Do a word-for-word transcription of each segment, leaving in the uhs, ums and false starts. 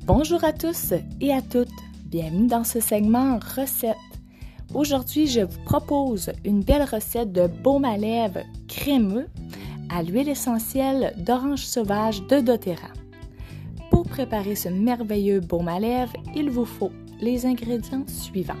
Bonjour à tous et à toutes, bienvenue dans ce segment recettes. Aujourd'hui, je vous propose une belle recette de baume à lèvres crémeux à l'huile essentielle d'orange sauvage de doTERRA. Pour préparer ce merveilleux baume à lèvres, il vous faut les ingrédients suivants.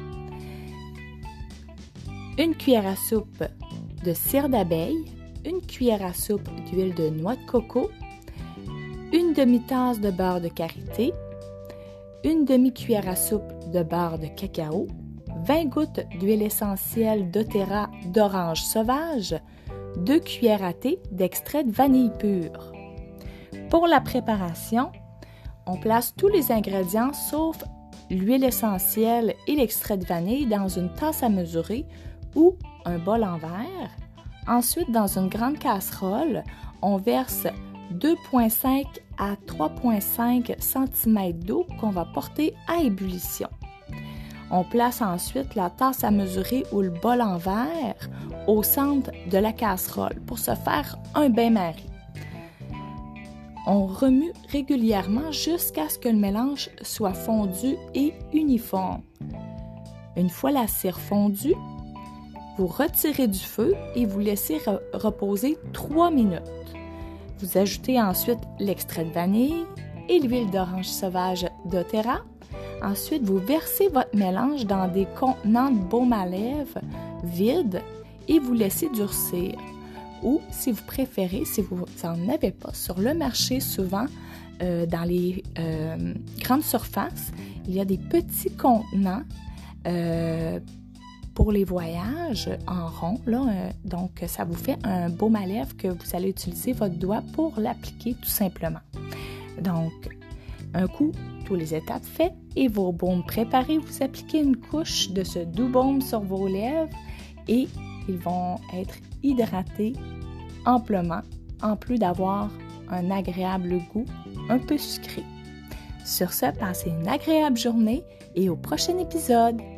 Une cuillère à soupe de cire d'abeille, une cuillère à soupe d'huile de noix de coco, une demi-tasse de beurre de karité, une demi-cuillère à soupe de beurre de cacao, vingt gouttes d'huile essentielle doTERRA d'orange sauvage, deux cuillères à thé d'extrait de vanille pure. Pour la préparation, on place tous les ingrédients sauf l'huile essentielle et l'extrait de vanille dans une tasse à mesurer ou un bol en verre. Ensuite, dans une grande casserole, on verse deux virgule cinq à trois virgule cinq centimètres d'eau qu'on va porter à ébullition. On place ensuite la tasse à mesurer ou le bol en verre au centre de la casserole pour se faire un bain-marie. On remue régulièrement jusqu'à ce que le mélange soit fondu et uniforme. Une fois la cire fondue, vous retirez du feu et vous laissez re- reposer trois minutes. Vous ajoutez ensuite l'extrait de vanille et l'huile d'orange sauvage doTERRA. Ensuite, vous versez votre mélange dans des contenants de baume à lèvres vides et vous laissez durcir. Ou, si vous préférez, si vous n'en avez pas sur le marché, souvent euh, dans les euh, grandes surfaces, il y a des petits contenants euh, pour les voyages en rond, là, euh, donc ça vous fait un baume à lèvres que vous allez utiliser votre doigt pour l'appliquer tout simplement. Donc, un coup, tous les étapes faites et vos baumes préparés, vous appliquez une couche de ce doux baume sur vos lèvres et ils vont être hydratés amplement, en plus d'avoir un agréable goût un peu sucré. Sur ce, passez une agréable journée et au prochain épisode!